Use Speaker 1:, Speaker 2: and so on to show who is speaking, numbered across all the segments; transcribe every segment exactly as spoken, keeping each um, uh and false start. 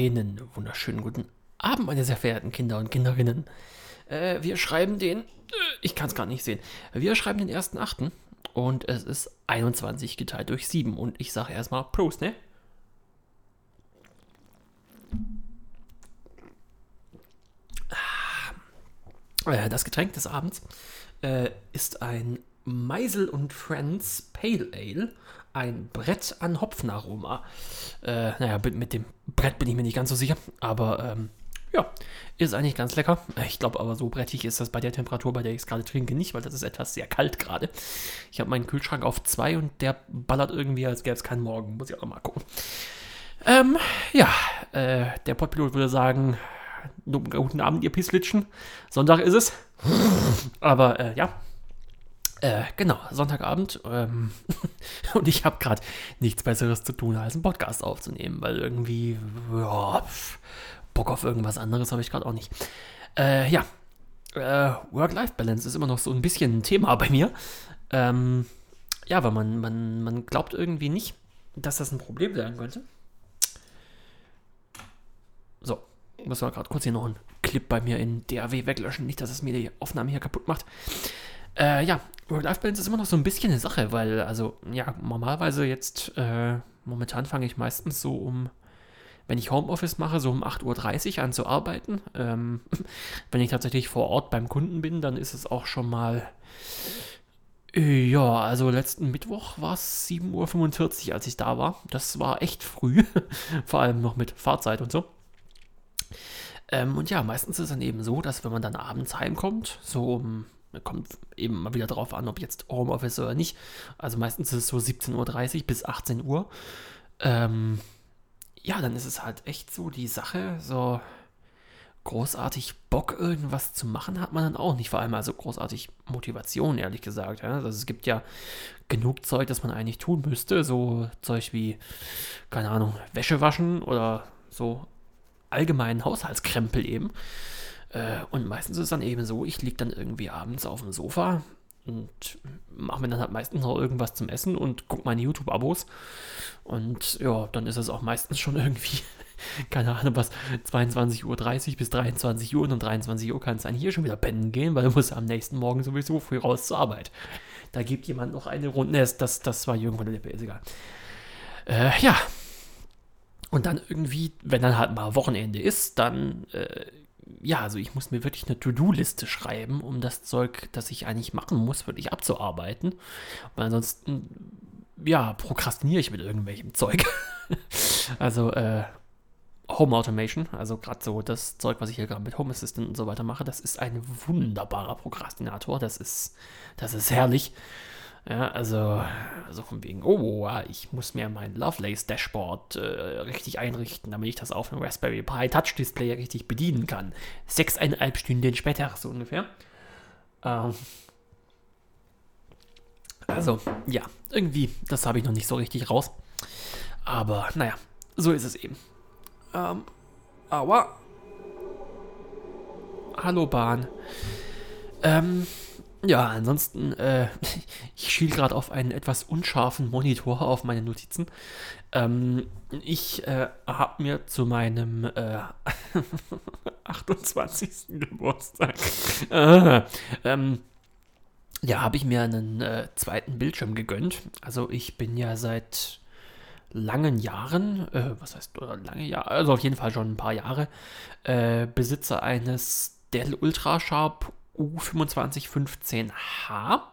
Speaker 1: Einen wunderschönen guten Abend, meine sehr verehrten Kinder und Kinderinnen. Äh, wir schreiben den, äh, ich kann es gar nicht sehen, wir schreiben den ersten achten und es ist einundzwanzig geteilt durch sieben und ich sage erstmal Prost, ne? Äh, das Getränk des Abends äh, ist ein Meisel und Friends Pale Ale, ein Brett an Hopfenaroma. Äh, naja, mit dem Brett bin ich mir nicht ganz so sicher, aber ähm, ja, ist eigentlich ganz lecker. Ich glaube aber, so brettig ist das bei der Temperatur, bei der ich es gerade trinke, nicht, weil das ist etwas sehr kalt gerade. Ich habe meinen Kühlschrank auf zwei und der ballert irgendwie, als gäbe es keinen Morgen. Muss ich auch mal gucken. Ähm, ja, äh, der Podpilot würde sagen, guten Abend, ihr Pisslitschen. Sonntag ist es. Aber äh, ja, äh, genau, Sonntagabend. Ähm, und ich habe gerade nichts Besseres zu tun, als einen Podcast aufzunehmen, weil irgendwie, ja, Bock auf irgendwas anderes habe ich gerade auch nicht. Äh, ja, äh, Work-Life-Balance ist immer noch so ein bisschen ein Thema bei mir. Ähm, ja, weil man, man, man glaubt irgendwie nicht, dass das ein Problem sein könnte. So, muss mal gerade kurz hier noch einen Clip bei mir in D A W weglöschen, nicht, dass es mir die Aufnahme hier kaputt macht. Äh, ja, Work-Life-Balance ist immer noch so ein bisschen eine Sache, weil, also, ja, normalerweise jetzt, äh, momentan fange ich meistens so um, wenn ich Homeoffice mache, so um acht Uhr dreißig an zu arbeiten. Ähm, wenn ich tatsächlich vor Ort beim Kunden bin, dann ist es auch schon mal, äh, ja, also letzten Mittwoch war es sieben Uhr fünfundvierzig, als ich da war. Das war echt früh, vor allem noch mit Fahrzeit und so. Ähm, und ja, meistens ist es dann eben so, dass wenn man dann abends heimkommt, so um, kommt eben mal wieder drauf an, ob jetzt Homeoffice oder nicht, also meistens ist es so siebzehn Uhr dreißig bis achtzehn Uhr, ähm, ja, dann ist es halt echt so die Sache, so großartig Bock irgendwas zu machen hat man dann auch nicht, vor allem also großartig Motivation, ehrlich gesagt, ja? Also es gibt ja genug Zeug, das man eigentlich tun müsste, so Zeug wie, keine Ahnung, Wäsche waschen oder so allgemeinen Haushaltskrempel eben. Äh, und meistens ist es dann eben so, ich liege dann irgendwie abends auf dem Sofa und mache mir dann halt meistens noch irgendwas zum Essen und gucke meine YouTube-Abos. Und ja, dann ist es auch meistens schon irgendwie, keine Ahnung was, zweiundzwanzig Uhr dreißig bis dreiundzwanzig Uhr und um dreiundzwanzig Uhr kann es dann hier schon wieder pennen gehen, weil du musst am nächsten Morgen sowieso früh raus zur Arbeit. Da gibt jemand noch eine Runde, ne, das, das war Jürgen von der Lippe, ist egal. Äh, ja, und dann irgendwie, wenn dann halt mal Wochenende ist, dann, äh, ja, also ich muss mir wirklich eine To-Do-Liste schreiben, um das Zeug, das ich eigentlich machen muss, wirklich abzuarbeiten. Weil ansonsten, ja, prokrastiniere ich mit irgendwelchem Zeug. Also, äh, Home Automation, also gerade so das Zeug, was ich hier gerade mit Home Assistant und so weiter mache, das ist ein wunderbarer Prokrastinator. Das ist, das ist herrlich. Ja, also, so von wegen, oh, ich muss mir mein Lovelace Dashboard äh, richtig einrichten, damit ich das auf einem Raspberry Pi Touch Display richtig bedienen kann. Sechseinhalb Stunden später, so ungefähr. Ähm, also, ja, irgendwie, das habe ich noch nicht so richtig raus. Aber, naja, so ist es eben. Ähm, aua. Hallo Bahn. Ähm, Ja, ansonsten, äh, ich schiel gerade auf einen etwas unscharfen Monitor auf meine Notizen. Ähm, ich äh, habe mir zu meinem äh, achtundzwanzigsten Geburtstag, äh, ähm, ja, habe ich mir einen äh, zweiten Bildschirm gegönnt. Also ich bin ja seit langen Jahren, äh, was heißt oder lange Jahre, also auf jeden Fall schon ein paar Jahre, äh, Besitzer eines Dell Ultrasharp U fünfundzwanzig fünfzehn H.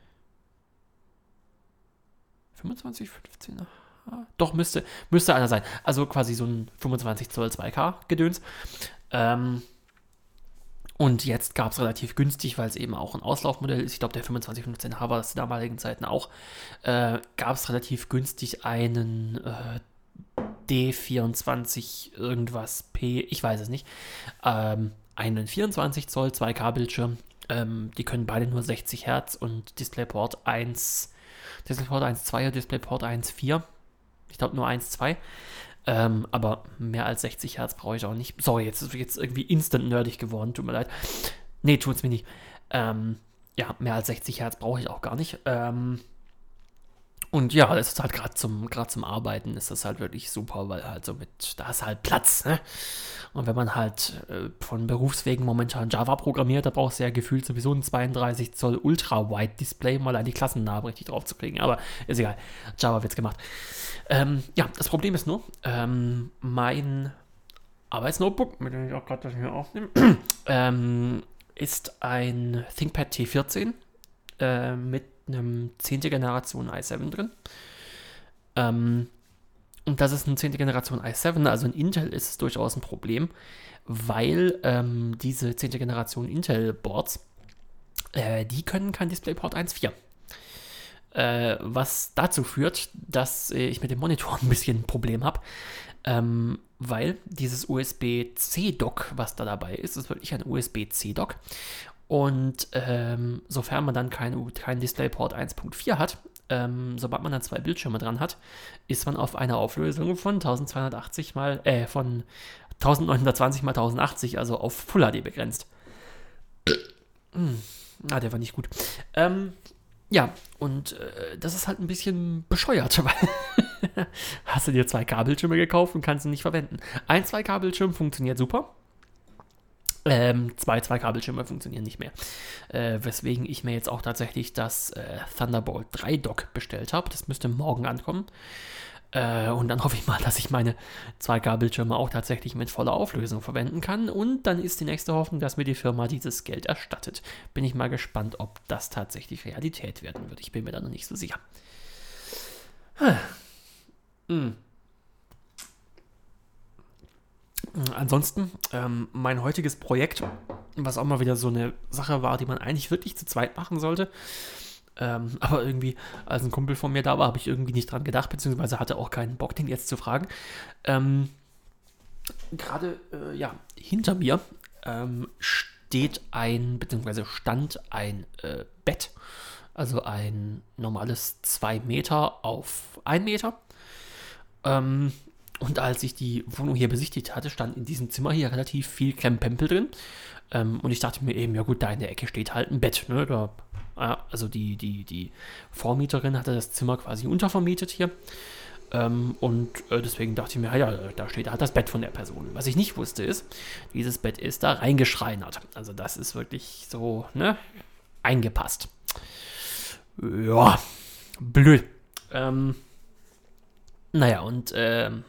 Speaker 1: fünfundzwanzig fünfzehn H? Doch, müsste, müsste einer sein. Also quasi so ein fünfundzwanzig Zoll zwei K Gedöns. Ähm, und jetzt gab es relativ günstig, weil es eben auch ein Auslaufmodell ist. Ich glaube, der fünfundzwanzig fünfzehn H war das zu damaligen Zeiten auch. Äh, gab es relativ günstig einen äh, D vierundzwanzig irgendwas P, ich weiß es nicht. Ähm, einen vierundzwanzig Zoll zwei K Bildschirm. Ähm, die können beide nur sechzig Hertz und DisplayPort eins, DisplayPort eins Punkt zwei und DisplayPort eins Punkt vier. Ich glaube nur eins Punkt zwei. Ähm, aber mehr als sechzig Hertz brauche ich auch nicht. Sorry, jetzt ist jetzt irgendwie instant nerdig geworden. Tut mir leid. Nee, tut's mir nicht. Ähm, ja, mehr als sechzig Hertz brauche ich auch gar nicht. Ähm, Und ja, das ist halt gerade zum, gerade zum Arbeiten ist das halt wirklich super, weil halt so mit, da ist halt Platz, ne? Und wenn man halt äh, von Berufswegen momentan Java programmiert, da brauchst du ja gefühlt sowieso ein zweiunddreißig Zoll Ultra-Wide-Display, um mal die Klassennamen richtig drauf zu kriegen. Aber ist egal, Java wird's gemacht. Ähm, ja, das Problem ist nur, ähm, mein Arbeitsnotebook, mit dem ich auch gerade das hier aufnehme, ähm, ist ein ThinkPad T vierzehn äh, mit einem zehnte Generation i sieben drin. Ähm, und das ist eine zehnte Generation i sieben, also in Intel ist es durchaus ein Problem, weil ähm, diese zehnte Generation Intel-Boards, äh, die können kein DisplayPort eins Punkt vier. Äh, was dazu führt, dass äh, ich mit dem Monitor ein bisschen ein Problem habe, ähm, weil dieses U S B-C-Dock, was da dabei ist, ist wirklich ein U S B-C-Dock. Und ähm, sofern man dann kein, kein DisplayPort eins Punkt vier hat, ähm, sobald man dann zwei Bildschirme dran hat, ist man auf eine Auflösung von eintausendzweihundertachtzig mal, äh, von neunzehnhundertzwanzig mal tausendachtzig, also auf Full H D begrenzt. hm. Ah, der war nicht gut. Ähm, ja, und äh, das ist halt ein bisschen bescheuert, weil hast du dir zwei K-Bildschirme gekauft und kannst sie nicht verwenden. Ein zwei K-Bildschirm funktioniert super. Ähm, zwei zwei K-Bildschirme funktionieren nicht mehr. Äh, weswegen ich mir jetzt auch tatsächlich das äh, Thunderbolt drei Dock bestellt habe. Das müsste morgen ankommen. Äh, und dann hoffe ich mal, dass ich meine zwei K-Bildschirme auch tatsächlich mit voller Auflösung verwenden kann. Und dann ist die nächste Hoffnung, dass mir die Firma dieses Geld erstattet. Bin ich mal gespannt, ob das tatsächlich Realität werden wird. Ich bin mir da noch nicht so sicher. Hm. Ansonsten, ähm, mein heutiges Projekt, was auch mal wieder so eine Sache war, die man eigentlich wirklich zu zweit machen sollte, ähm, aber irgendwie, als ein Kumpel von mir da war, habe ich irgendwie nicht dran gedacht, beziehungsweise hatte auch keinen Bock, den jetzt zu fragen. Ähm, Gerade, äh, ja, hinter mir ähm, steht ein, beziehungsweise stand ein äh, Bett, also ein normales zwei Meter auf ein Meter. Ähm, Und als ich die Wohnung hier besichtigt hatte, stand in diesem Zimmer hier relativ viel Krempempel drin. Ähm, und ich dachte mir eben, ja gut, da in der Ecke steht halt ein Bett. Ne? Da, ja, also die, die, die Vormieterin hatte das Zimmer quasi untervermietet hier. Ähm, und äh, deswegen dachte ich mir, ja, da steht halt das Bett von der Person. Was ich nicht wusste ist, dieses Bett ist da reingeschreinert. Also das ist wirklich so, ne, eingepasst. Ja, blöd. Ähm, Naja, und ähm,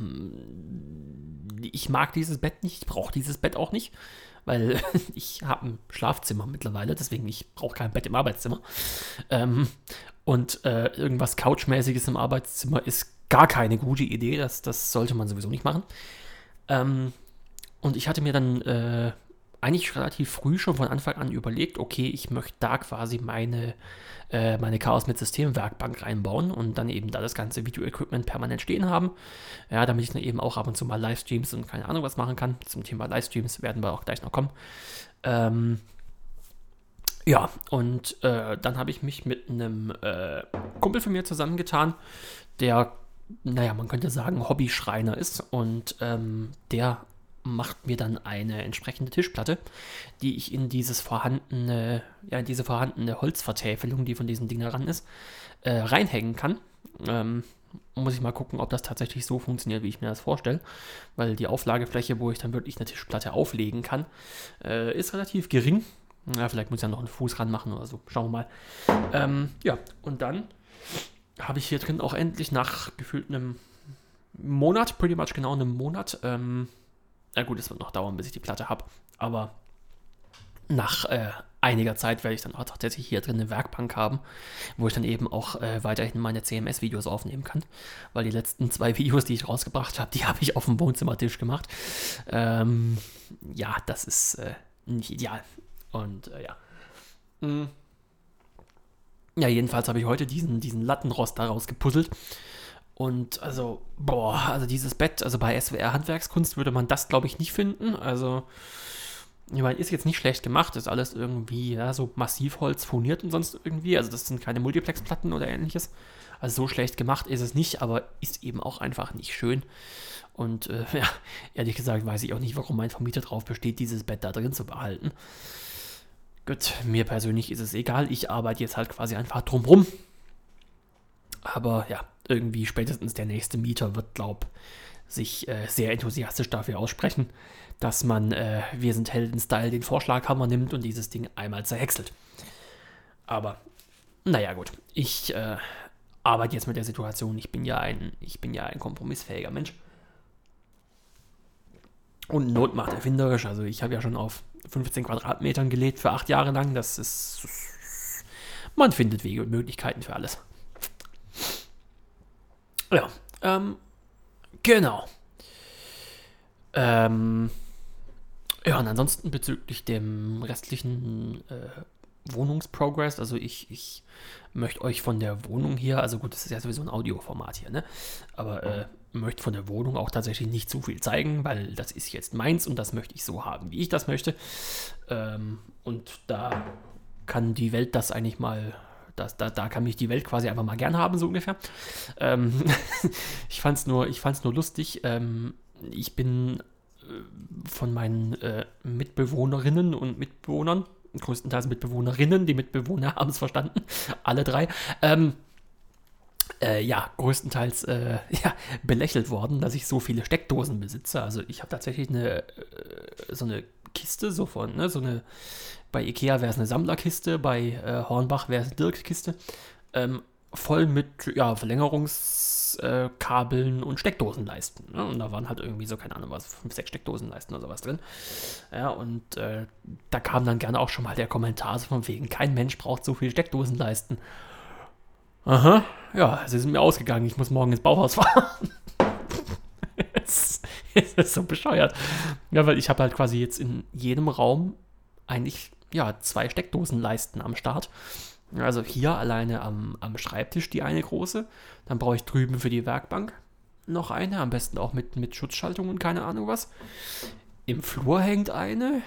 Speaker 1: ich mag dieses Bett nicht, ich brauche dieses Bett auch nicht, weil ich habe ein Schlafzimmer mittlerweile, deswegen ich brauche kein Bett im Arbeitszimmer. Ähm, und äh, irgendwas Couchmäßiges im Arbeitszimmer ist gar keine gute Idee, das, das sollte man sowieso nicht machen. Ähm, und ich hatte mir dann äh, eigentlich relativ früh schon von Anfang an überlegt, okay, ich möchte da quasi meine, äh, meine Chaos mit System Werkbank reinbauen und dann eben da das ganze Video-Equipment permanent stehen haben. Ja, damit ich dann eben auch ab und zu mal Livestreams und keine Ahnung was machen kann. Zum Thema Livestreams werden wir auch gleich noch kommen. Ähm, ja, und äh, dann habe ich mich mit einem äh, Kumpel von mir zusammengetan, der, naja, man könnte sagen, Hobby-Schreiner ist und ähm, der macht mir dann eine entsprechende Tischplatte, die ich in dieses vorhandene, ja, in diese vorhandene Holzvertäfelung, die von diesem Ding heran ist, äh, reinhängen kann. Ähm, muss ich mal gucken, ob das tatsächlich so funktioniert, wie ich mir das vorstelle, weil die Auflagefläche, wo ich dann wirklich eine Tischplatte auflegen kann, äh, ist relativ gering. Ja, vielleicht muss ich ja noch einen Fuß ranmachen oder so. Schauen wir mal. Ähm, ja, und dann habe ich hier drin auch endlich nach gefühlt einem Monat, pretty much genau einem Monat, ähm, na gut, es wird noch dauern, bis ich die Platte habe, aber nach äh, einiger Zeit werde ich dann auch tatsächlich hier drin eine Werkbank haben, wo ich dann eben auch äh, weiterhin meine C M S-Videos aufnehmen kann, weil die letzten zwei Videos, die ich rausgebracht habe, die habe ich auf dem Wohnzimmertisch gemacht. Ähm, ja, das ist äh, nicht ideal. Und äh, ja. Mhm. Ja, jedenfalls habe ich heute diesen, diesen Lattenrost da rausgepuzzelt. Und also, boah, also dieses Bett, also bei S W R Handwerkskunst würde man das, glaube ich, nicht finden. Also, ich meine, ist jetzt nicht schlecht gemacht, ist alles irgendwie, ja, so Massivholz furniert und sonst irgendwie. Also, das sind keine Multiplex-Platten oder ähnliches. Also, so schlecht gemacht ist es nicht, aber ist eben auch einfach nicht schön. Und, äh, ja, ehrlich gesagt weiß ich auch nicht, warum mein Vermieter drauf besteht, dieses Bett da drin zu behalten. Gut, mir persönlich ist es egal. Ich arbeite jetzt halt quasi einfach drumrum. Aber ja, irgendwie spätestens der nächste Mieter wird, glaub, sich äh, sehr enthusiastisch dafür aussprechen, dass man äh, Wir sind Helden-Style den Vorschlaghammer nimmt und dieses Ding einmal zerhäckselt. Aber, naja gut, ich äh, arbeite jetzt mit der Situation. Ich bin ja ein, ich bin ja ein kompromissfähiger Mensch. Und Not macht erfinderisch. Also ich habe ja schon auf fünfzehn Quadratmetern gelebt für acht Jahre lang. Das ist, man findet Wege und Möglichkeiten für alles. Ja, ähm, genau. Ähm, ja, und ansonsten bezüglich dem restlichen äh, Wohnungsprogress, also ich, ich möchte euch von der Wohnung hier, also gut, das ist ja sowieso ein Audioformat hier, ne? Aber äh, möchte von der Wohnung auch tatsächlich nicht zu viel zeigen, weil das ist jetzt meins und das möchte ich so haben, wie ich das möchte. Ähm, und da kann die Welt das eigentlich mal, das, da, da kann mich die Welt quasi einfach mal gern haben, so ungefähr. Ähm, ich fand's nur, ich fand's nur lustig. Ähm, ich bin äh, von meinen äh, Mitbewohnerinnen und Mitbewohnern, größtenteils Mitbewohnerinnen, die Mitbewohner haben es verstanden, alle drei, ähm, äh, ja, größtenteils äh, ja, belächelt worden, dass ich so viele Steckdosen besitze. Also ich habe tatsächlich eine, äh, so eine Kiste, so von, ne, so eine, bei Ikea wäre es eine Sammlerkiste, bei äh, Hornbach wäre es eine Dirk-Kiste, ähm, voll mit, ja, Verlängerungskabeln äh, und Steckdosenleisten. Ne? Und da waren halt irgendwie so, keine Ahnung, was, fünf, sechs Steckdosenleisten oder sowas drin. Ja, und äh, da kam dann gerne auch schon mal der Kommentar so von wegen, kein Mensch braucht so viele Steckdosenleisten. Aha, ja, sie sind mir ausgegangen, ich muss morgen ins Bauhaus fahren. Es ist so bescheuert. Ja, weil ich habe halt quasi jetzt in jedem Raum eigentlich, ja, zwei Steckdosenleisten am Start. Also hier alleine am, am Schreibtisch die eine große. Dann brauche ich drüben für die Werkbank noch eine. Am besten auch mit, mit Schutzschaltung und keine Ahnung was. Im Flur hängt eine.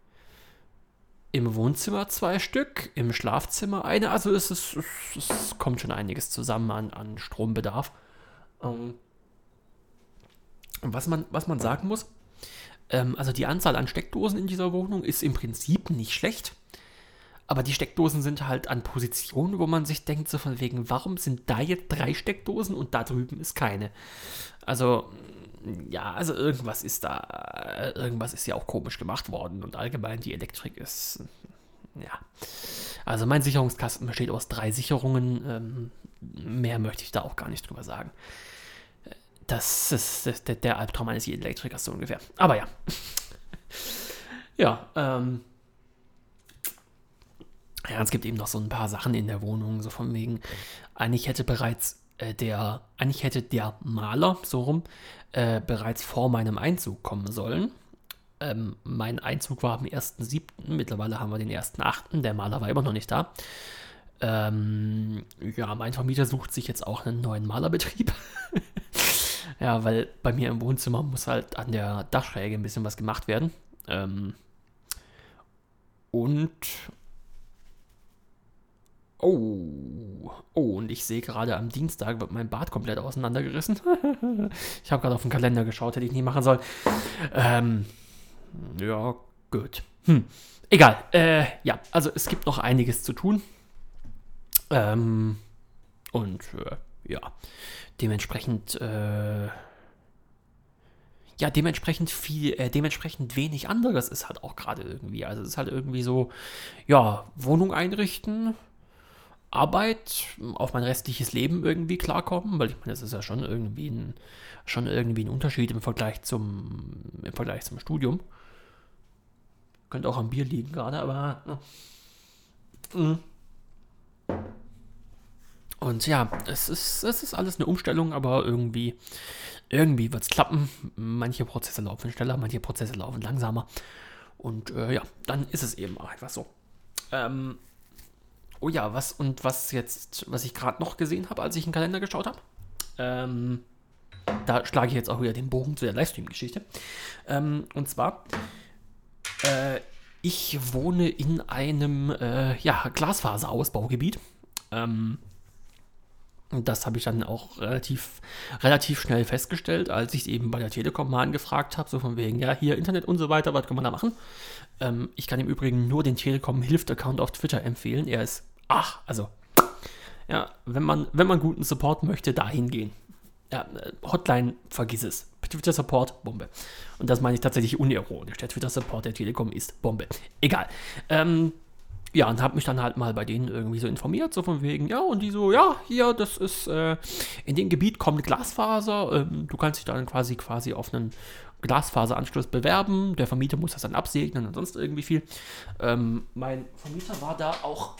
Speaker 1: Im Wohnzimmer zwei Stück. Im Schlafzimmer eine. Also es, ist, es, es kommt schon einiges zusammen an, an Strombedarf. Ähm, was, man, was man sagen muss, ähm, also die Anzahl an Steckdosen in dieser Wohnung ist im Prinzip nicht schlecht. Aber die Steckdosen sind halt an Positionen, wo man sich denkt, so von wegen, warum sind da jetzt drei Steckdosen und da drüben ist keine? Also, ja, also irgendwas ist da, irgendwas ist ja auch komisch gemacht worden und allgemein die Elektrik ist, ja. Also mein Sicherungskasten besteht aus drei Sicherungen, ähm, mehr möchte ich da auch gar nicht drüber sagen. Das ist, das ist der Albtraum eines jeden Elektrikers so ungefähr. Aber ja. Ja, ähm, Ja, es gibt eben noch so ein paar Sachen in der Wohnung, so von wegen, eigentlich hätte bereits äh, der, eigentlich hätte der Maler, so rum, äh, bereits vor meinem Einzug kommen sollen. Ähm, mein Einzug war am ersten siebten, mittlerweile haben wir den ersten achten, der Maler war immer noch nicht da. Ähm, ja, mein Vermieter sucht sich jetzt auch einen neuen Malerbetrieb. Ja, weil bei mir im Wohnzimmer muss halt an der Dachschräge ein bisschen was gemacht werden. Ähm, und Oh, oh, und ich sehe gerade am Dienstag wird mein Bad komplett auseinandergerissen. Ich habe gerade auf den Kalender geschaut, hätte ich nie machen sollen. Ähm, ja, gut. Hm. Egal. Äh, ja, also es gibt noch einiges zu tun. Ähm, und äh, ja, dementsprechend, äh, ja, dementsprechend viel, äh, dementsprechend wenig anderes ist halt auch gerade irgendwie. Also es ist halt irgendwie so, ja, Wohnung einrichten, Arbeit, auf mein restliches Leben irgendwie klarkommen, weil ich meine, das ist ja schon irgendwie ein, schon irgendwie ein Unterschied im Vergleich zum, im Vergleich zum Studium. Könnte auch am Bier liegen gerade, aber äh, und ja, es ist, es ist alles eine Umstellung, aber irgendwie, irgendwie wird es klappen. Manche Prozesse laufen schneller, manche Prozesse laufen langsamer. Und äh, ja, dann ist es eben auch einfach so. Ähm, Oh ja, was und was jetzt, was ich gerade noch gesehen habe, als ich in den Kalender geschaut habe. Ähm, da schlage ich jetzt auch wieder den Bogen zu der Livestream-Geschichte. Ähm, und zwar, äh, ich wohne in einem äh, ja, Glasfaserausbaugebiet. Ähm, und das habe ich dann auch relativ, relativ schnell festgestellt, als ich eben bei der Telekom mal angefragt habe, so von wegen, ja, hier Internet und so weiter, was kann man da machen? Ähm, ich kann im Übrigen nur den Telekom-Hilft-Account auf Twitter empfehlen. Er ist, ach, also, Ja, wenn man, wenn man guten Support möchte, dahin gehen. Ja, Hotline, vergiss es. Twitter Support, Bombe. Und das meine ich tatsächlich unironisch. Der Twitter Support der Telekom ist Bombe. Egal. Ähm, ja, und habe mich dann halt mal bei denen irgendwie so informiert, so von wegen, ja, und die so, ja, hier, das ist, äh, in dem Gebiet kommt Glasfaser. Ähm, du kannst dich dann quasi, quasi auf einen Glasfaseranschluss bewerben. Der Vermieter muss das dann absegnen und sonst irgendwie viel. Ähm, mein Vermieter war da auch.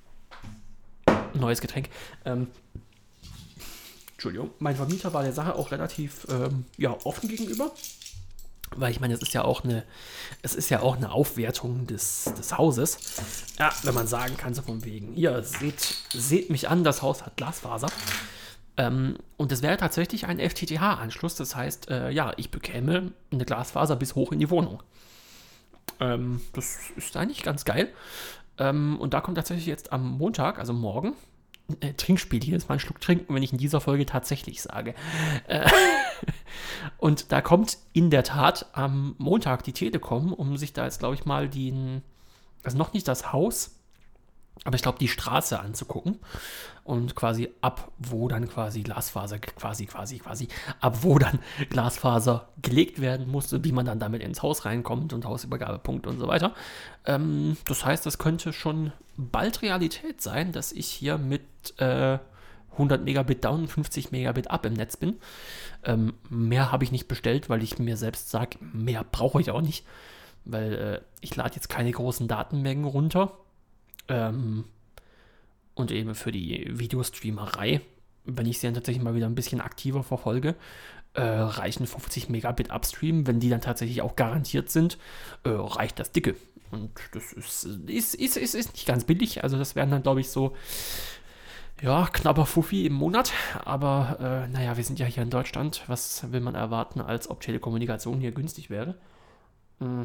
Speaker 1: Neues Getränk. Ähm, Entschuldigung. Mein Vermieter war der Sache auch relativ ähm, ja, offen gegenüber. Weil ich meine, es ist ja auch eine, es ist ja auch eine Aufwertung des, des Hauses. Ja, wenn man sagen kann, so von wegen, hier, seht, seht mich an, das Haus hat Glasfaser. Ähm, und es wäre tatsächlich ein F T T H-Anschluss. Das heißt, äh, ja, ich bekäme eine Glasfaser bis hoch in die Wohnung. Ähm, das ist eigentlich ganz geil. Ähm, und da kommt tatsächlich jetzt am Montag, also morgen, äh, Trinkspiel, hier ist mal ein Schluck trinken, wenn ich in dieser Folge tatsächlich sage. Äh, und da kommt in der Tat am Montag die Telekom, um sich da jetzt, glaube ich, mal den, also noch nicht das Haus, aber ich glaube, die Straße anzugucken und quasi ab, wo dann quasi Glasfaser, quasi, quasi, quasi, ab wo dann Glasfaser gelegt werden musste, wie man dann damit ins Haus reinkommt und Hausübergabepunkt und so weiter. Ähm, das heißt, das könnte schon bald Realität sein, dass ich hier mit äh, hundert Megabit down, fünfzig Megabit up im Netz bin. Ähm, mehr habe ich nicht bestellt, weil ich mir selbst sage, mehr brauche ich auch nicht, weil äh, ich lade jetzt keine großen Datenmengen runter. Ähm, und eben für die Videostreamerei, wenn ich sie dann tatsächlich mal wieder ein bisschen aktiver verfolge, äh, reichen fünfzig Megabit Upstream, wenn die dann tatsächlich auch garantiert sind, äh, reicht das dicke. Und das ist, ist, ist, ist, ist nicht ganz billig, also das wären dann, glaube ich, so, ja, knapper Fuffi im Monat, aber äh, naja, wir sind ja hier in Deutschland, was will man erwarten, als ob Telekommunikation hier günstig wäre? Hm.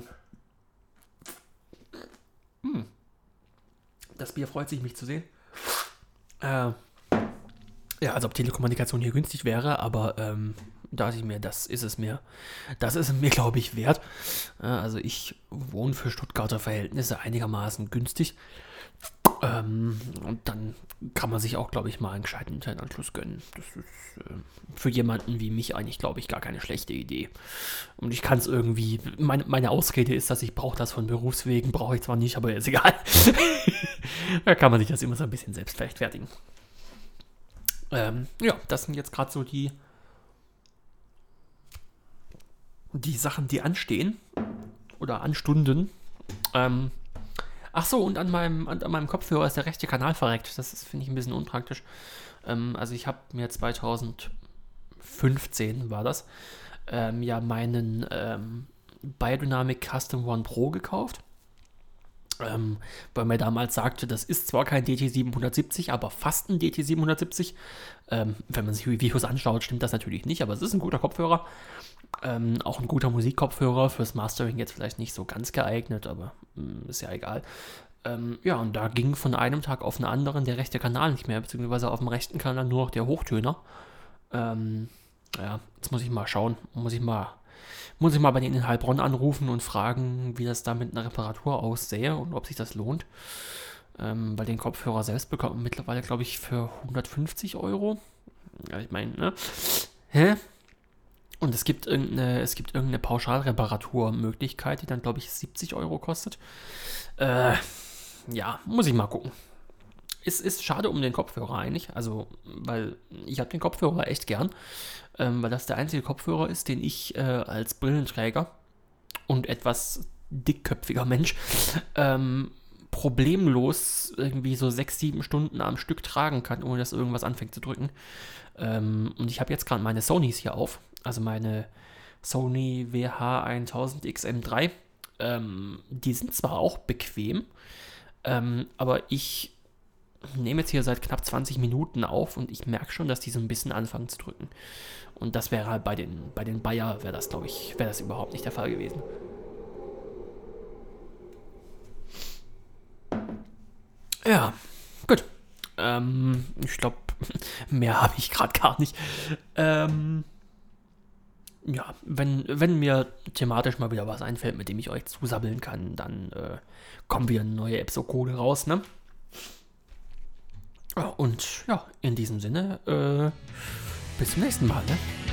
Speaker 1: Hm. Das Bier freut sich, mich zu sehen. Äh, ja, als ob Telekommunikation hier günstig wäre, aber ähm, da dachte ich mir, das ist es mir. Das ist es mir, glaube ich, wert. Äh, also ich wohne für Stuttgarter Verhältnisse einigermaßen günstig. Ähm, und dann kann man sich auch, glaube ich, mal einen gescheiten Internetanschluss gönnen. Das ist äh, für jemanden wie mich eigentlich, glaube ich, gar keine schlechte Idee. Und ich kann es irgendwie, meine, meine Ausrede ist, dass ich brauche das von Berufswegen, brauche ich zwar nicht, aber ist egal. Da kann man sich das immer so ein bisschen selbst rechtfertigen. Ähm, ja, das sind jetzt gerade so die, die Sachen, die anstehen. Oder anstunden. Ähm, Ach so, und an meinem, an, an meinem Kopfhörer ist der rechte Kanal verreckt. Das finde ich ein bisschen unpraktisch. Ähm, also ich habe mir zwanzig fünfzehn war das, ähm, ja meinen ähm, Biodynamic Custom One Pro gekauft. Ähm, weil mir damals sagte, das ist zwar kein D T siebenhundertsiebzig, aber fast ein D T siebenhundertsiebzig. Ähm, wenn man sich die Videos anschaut, stimmt das natürlich nicht, aber es ist ein guter Kopfhörer. Ähm, auch ein guter Musikkopfhörer, fürs Mastering jetzt vielleicht nicht so ganz geeignet, aber mh, ist ja egal. Ähm, ja, und da ging von einem Tag auf den anderen der rechte Kanal nicht mehr, beziehungsweise auf dem rechten Kanal nur noch der Hochtöner. Ähm, ja, jetzt muss ich mal schauen, muss ich mal, muss ich mal bei denen in Heilbronn anrufen und fragen, wie das da mit einer Reparatur aussähe und ob sich das lohnt. Ähm, weil den Kopfhörer selbst bekommt man mittlerweile, glaube ich, für hundertfünfzig Euro. Ja, ich meine, ne? Hä? Und es gibt irgendeine, es gibt irgendeine Pauschalreparaturmöglichkeit, die dann, glaube ich, siebzig Euro kostet. Äh, ja, muss ich mal gucken. Es ist schade um den Kopfhörer eigentlich, also, weil ich habe den Kopfhörer echt gern, ähm, weil das der einzige Kopfhörer ist, den ich äh, als Brillenträger und etwas dickköpfiger Mensch ähm, problemlos irgendwie so sechs, sieben Stunden am Stück tragen kann, ohne dass irgendwas anfängt zu drücken. Ähm, und ich habe jetzt gerade meine Sonys hier auf, also meine Sony W H tausend X M drei. Ähm, die sind zwar auch bequem, ähm, aber ich nehme jetzt hier seit knapp zwanzig Minuten auf und ich merke schon, dass die so ein bisschen anfangen zu drücken. Und das wäre halt bei den, bei den Bayer, wäre das, glaube ich, wäre das überhaupt nicht der Fall gewesen. Ja, gut. Ähm, ich glaube, mehr habe ich gerade gar nicht. Ähm, ja, wenn, wenn mir thematisch mal wieder was einfällt, mit dem ich euch zusammeln kann, dann äh, kommt wieder eine neue Episode raus, ne? Und ja, in diesem Sinne, äh, bis zum nächsten Mal, ne?